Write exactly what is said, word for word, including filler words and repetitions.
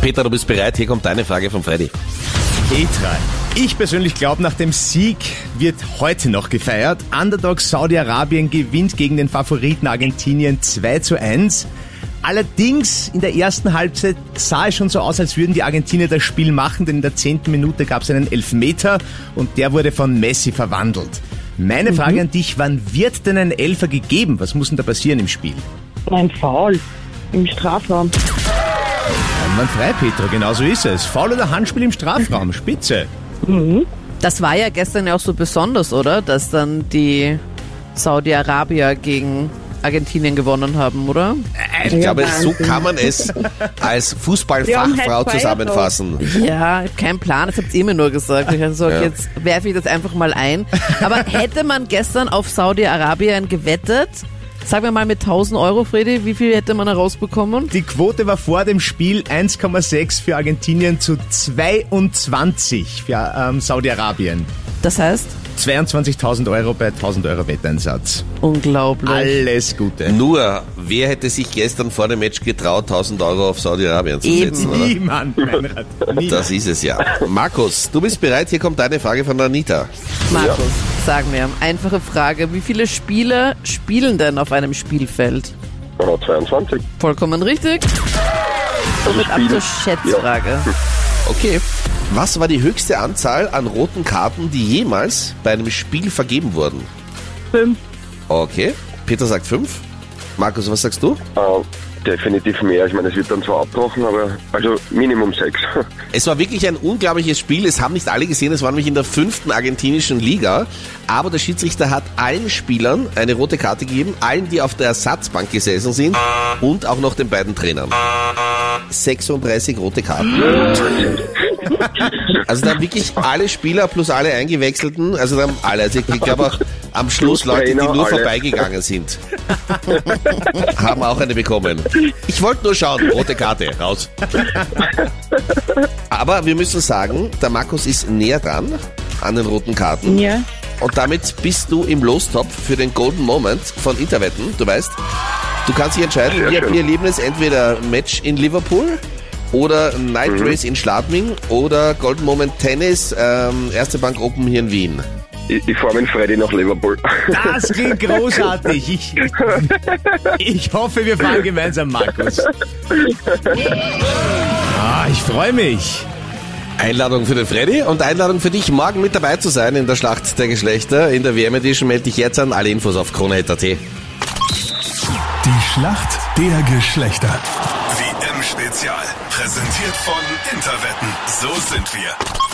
Peter, du bist bereit? Hier kommt deine Frage von Freddy. Petra, ich persönlich glaube, nach dem Sieg wird heute noch gefeiert. Underdog Saudi-Arabien gewinnt gegen den Favoriten Argentinien zwei zu eins. Allerdings in der ersten Halbzeit sah es schon so aus, als würden die Argentinier das Spiel machen, denn in der zehnten Minute gab es einen Elfmeter und der wurde von Messi verwandelt. Meine mhm. Frage an dich, wann wird denn ein Elfer gegeben? Was muss denn da passieren im Spiel? Ein Foul im Strafraum. Einwandfrei, Petra, genau so ist es. Foul oder Handspiel im Strafraum, spitze. Mhm. Das war ja gestern ja auch so besonders, oder? Dass dann die Saudi-Arabier gegen Argentinien gewonnen haben, oder? Ich glaube, so kann man es als Fußballfachfrau zusammenfassen. Ja, kein Plan, das habt ihr mir nur gesagt. Ich habe gesagt, Ja. jetzt werfe ich das einfach mal ein. Aber hätte man gestern auf Saudi-Arabien gewettet, sagen wir mal mit tausend Euro, Freddy, wie viel hätte man da rausbekommen? Die Quote war vor dem Spiel eins Komma sechs für Argentinien zu zweiundzwanzig für ähm, Saudi-Arabien. Das heißt? zweiundzwanzigtausend Euro bei tausend Euro Wetteinsatz. Unglaublich. Alles Gute. Nur, wer hätte sich gestern vor dem Match getraut, tausend Euro auf Saudi-Arabien zu Eben. setzen, oder? Niemand, Meinrad. Niemand. Das ist es ja. Markus, du bist bereit? Hier kommt deine Frage von Anita. Markus, sag mir, einfache Frage. Wie viele Spieler spielen denn auf einem Spielfeld? Oh, zweiundzwanzig. Vollkommen richtig. Somit ab zur Schätzfrage. Okay. Was war die höchste Anzahl an roten Karten, die jemals bei einem Spiel vergeben wurden? Fünf. Okay. Peter sagt fünf. Markus, was sagst du? Äh, definitiv mehr. Ich meine, es wird dann zwar abgebrochen, aber also Minimum sechs. Es war wirklich ein unglaubliches Spiel. Es haben nicht alle gesehen. Es war nämlich in der fünften argentinischen Liga. Aber der Schiedsrichter hat allen Spielern eine rote Karte gegeben. Allen, die auf der Ersatzbank gesessen sind. Und auch noch den beiden Trainern. sechsunddreißig rote Karten. Also da haben wirklich alle Spieler plus alle Eingewechselten, also da haben alle, also ich glaube auch am Schluss Leute, die nur vorbeigegangen sind, haben auch eine bekommen. Ich wollte nur schauen, rote Karte, raus. Aber wir müssen sagen, der Markus ist näher dran an den roten Karten. Ja. Und damit bist du im Lostopf für den Golden Moment von Interwetten. Du weißt, du kannst dich entscheiden, Sehr wir, schön. wir erleben es entweder Match in Liverpool oder Night Race in Schladming oder Golden Moment Tennis, ähm, Erste Bank Open hier in Wien. Ich, ich fahre mit Freddy nach Liverpool. Das klingt großartig. Ich, ich hoffe, wir fahren gemeinsam, Markus. Ah, ich freue mich. Einladung für den Freddy und Einladung für dich, morgen mit dabei zu sein in der Schlacht der Geschlechter. In der W M Edition melde dich jetzt an. Alle Infos auf krone punkt at. Die Schlacht der Geschlechter. W M-Spezial. Präsentiert von Interwetten. So sind wir.